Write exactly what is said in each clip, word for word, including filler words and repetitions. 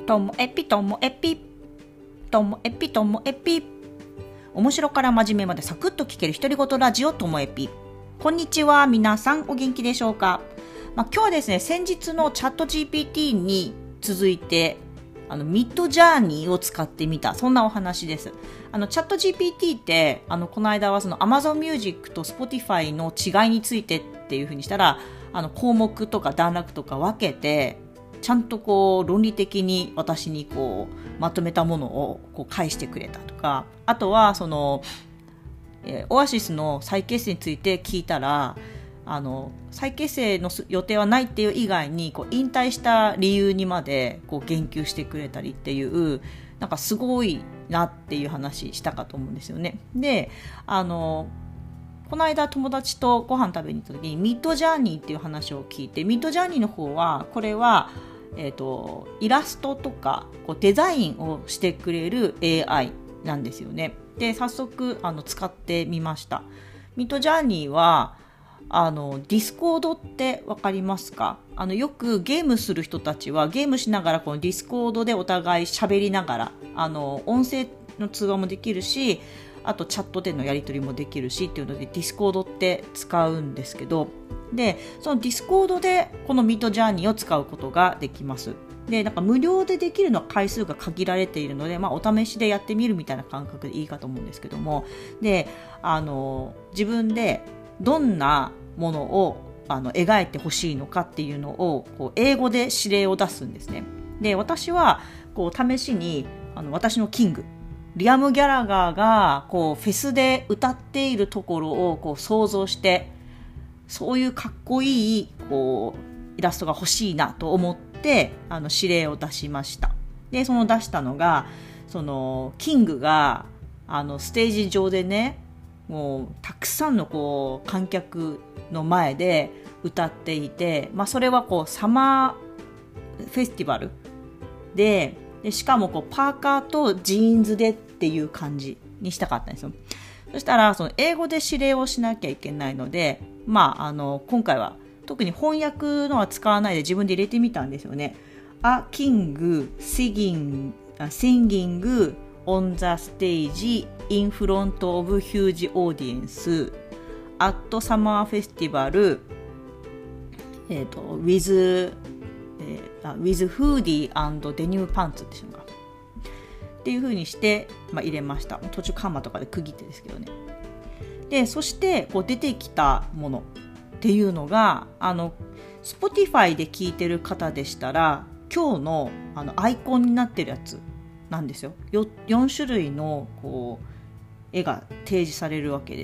ともえぴともえぴともえぴともえぴ面白から真面目までサクッと聞ける独り言ラジオともえぴ。こんにちは、皆さんお元気でしょうか。まあ、今日はですね、先日のチャット ジーピーティー に続いてあのミッドジャーニーを使ってみた、そんなお話です。あのチャット ジーピーティー ってあのこの間はその Amazon Music と Spotify の違いについてっていう風にしたら、あの項目とか段落とか分けてちゃんとこう論理的に私にこうまとめたものをこう返してくれたとか、あとはその、えー、オアシスの再結成について聞いたら、あの再結成の予定はないっていう以外にこう引退した理由にまでこう言及してくれたりっていう、なんかすごいなっていう話したかと思うんですよね。で、あのこの間友達とご飯食べに行った時にミッドジャーニーっていう話を聞いて、ミッドジャーニーの方はこれは、えーと、イラストとかこうデザインをしてくれる エーアイ なんですよね。で、早速あの使ってみました。ミッドジャーニーはあのディスコードってわかりますか？あのよくゲームする人たちはゲームしながらこのディスコードでお互い喋りながら、あの音声の通話もできるし、あとチャットでのやり取りもできるしっていうのでディスコードって使うんですけど、でそのディスコードでこのミッドジャーニーを使うことができます。でなんか無料でできるのは回数が限られているので、まあ、お試しでやってみるみたいな感覚でいいかと思うんですけども、であの自分でどんなものをあの描いてほしいのかっていうのをこう英語で指令を出すんですね。で私はこう試しにあの私のキングリアム・ギャラガーがこうフェスで歌っているところをこう想像して、そういうかっこいいこうイラストが欲しいなと思ってあの指令を出しました。でその出したのが、そのキングがあのステージ上でね、もうたくさんのこう観客の前で歌っていて、まあ、それはこうサマーフェスティバルで、でしかもこうパーカーとジーンズでっていう感じにしたかったんですよ。そしたらその英語で指令をしなきゃいけないので、まあ、あの今回は特に翻訳のは使わないで自分で入れてみたんですよね。A king singing, singing on the stage in front of huge audience at summer festival、えーと、withえー、with hoodie and denim pants っていうのがっていう風にして、まあ、入れました。途中カンマとかで区切ってですけどね。でそしてこう出てきたものっていうのが、あの Spotify で聞いてる方でしたら今日の、あのアイコンになってるやつなんですよ。 よ, よん種類のこう絵が提示されるわけです。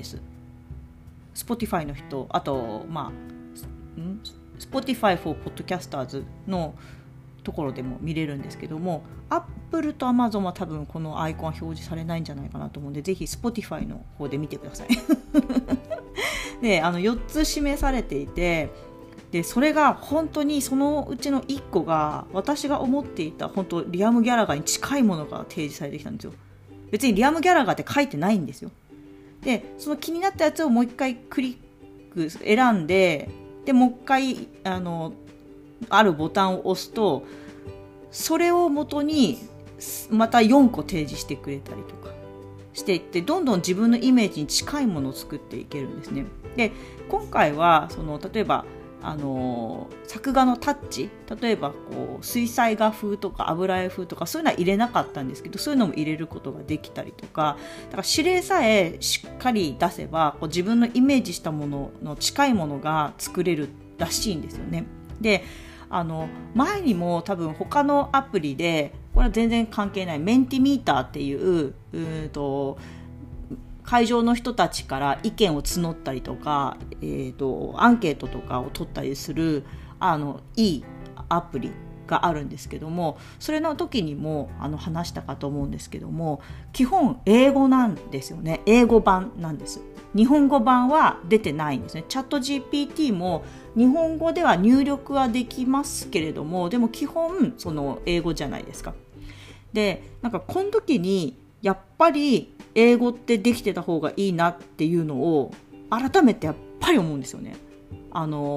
Spotify の人、あとまあんSpotify for Podcasters のところでも見れるんですけども、 Apple と Amazon は多分このアイコンは表示されないんじゃないかなと思うんで、ぜひ Spotify の方で見てくださいであのよっつ示されていて、でそれが本当にそのうちのいっこが私が思っていた本当リアム・ギャラガーに近いものが提示されてきたんですよ。別にリアム・ギャラガーって書いてないんですよ。でその気になったやつをもう一回クリック選んで、でもう一回 あのあるボタンを押すと、それを元にまたよんこ提示してくれたりとかしていって、どんどん自分のイメージに近いものを作っていけるんですね。で今回はその例えばあの作画のタッチ、例えばこう水彩画風とか油絵風とかそういうのは入れなかったんですけど、そういうのも入れることができたりとか、だから指令さえしっかり出せばこう自分のイメージしたものの近いものが作れるらしいんですよね。であの前にも多分他のアプリで、これは全然関係ないメンティミーターっていう、うーと会場の人たちから意見を募ったりとか、えーと、アンケートとかを取ったりするあのいいアプリがあるんですけども、それの時にもあの話したかと思うんですけども、基本英語なんですよね。英語版なんです。日本語版は出てないんですね。チャット ジーピーティー も日本語では入力はできますけれども、でも基本その英語じゃないですか。でなんかこの時にやっぱり英語ってできてた方がいいなっていうのを改めてやっぱり思うんですよね。あの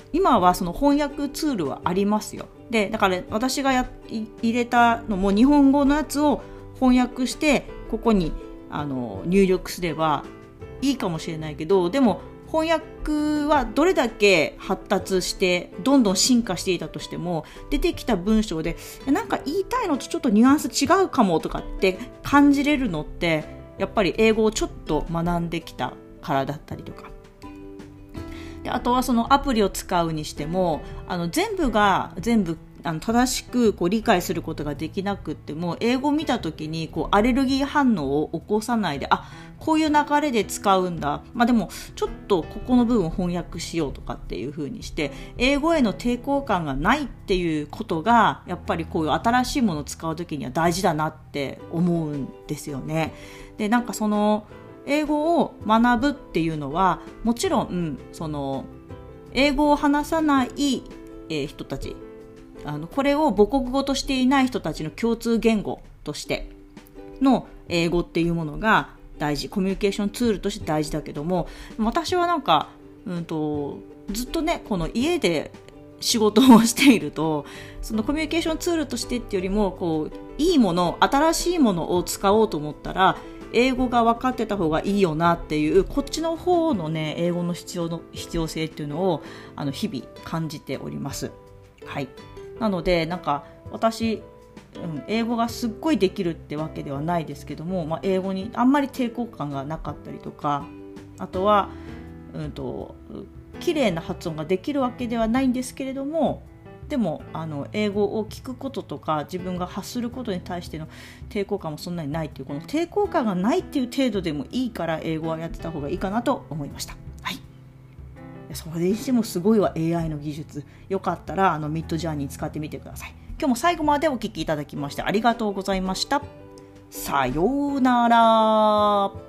今はその翻訳ツールはありますよ。でだから私がや入れたのも日本語のやつを翻訳してここにあの入力すればいいかもしれないけど、でも翻訳はどれだけ発達してどんどん進化していたとしても、出てきた文章でなんか言いたいのとちょっとニュアンス違うかもとかって感じれるのってやっぱり英語をちょっと学んできたからだったりとかで、あとはそのアプリを使うにしてもあの全部が全部あの正しくこう理解することができなくっても、英語を見た時にこうアレルギー反応を起こさないで、あ、こういう流れで使うんだ、まあ、でもちょっとここの部分を翻訳しようとかっていう風にして英語への抵抗感がないっていうことがやっぱりこういう新しいものを使う時には大事だなって思うんですよね。でなんかその英語を学ぶっていうのはもちろん、うん、その英語を話さない、えー、人たち、あのこれを母国語としていない人たちの共通言語としての英語っていうものが大事、コミュニケーションツールとして大事だけども、私はなんか、うんと、ずっとねこの家で仕事をしていると、そのコミュニケーションツールとしてっていうよりもこういいもの、新しいものを使おうと思ったら英語が分かってた方がいいよなっていう、こっちの方のね英語の必要の必要性っていうのをあの日々感じております。はい。なのでなんか私、うん、英語がすっごいできるってわけではないですけども、まあ、英語にあんまり抵抗感がなかったりとか、あとは、うんと、綺麗な発音ができるわけではないんですけれども、でもあの英語を聞くこととか自分が発することに対しての抵抗感もそんなにないっていう、この抵抗感がないっていう程度でもいいから英語はやってた方がいいかなと思いました。はい。それにしてもすごいわ エーアイ の技術。よかったらあのミッドジャーニー使ってみてください。今日も最後までお聞きいただきましてありがとうございました。さようなら。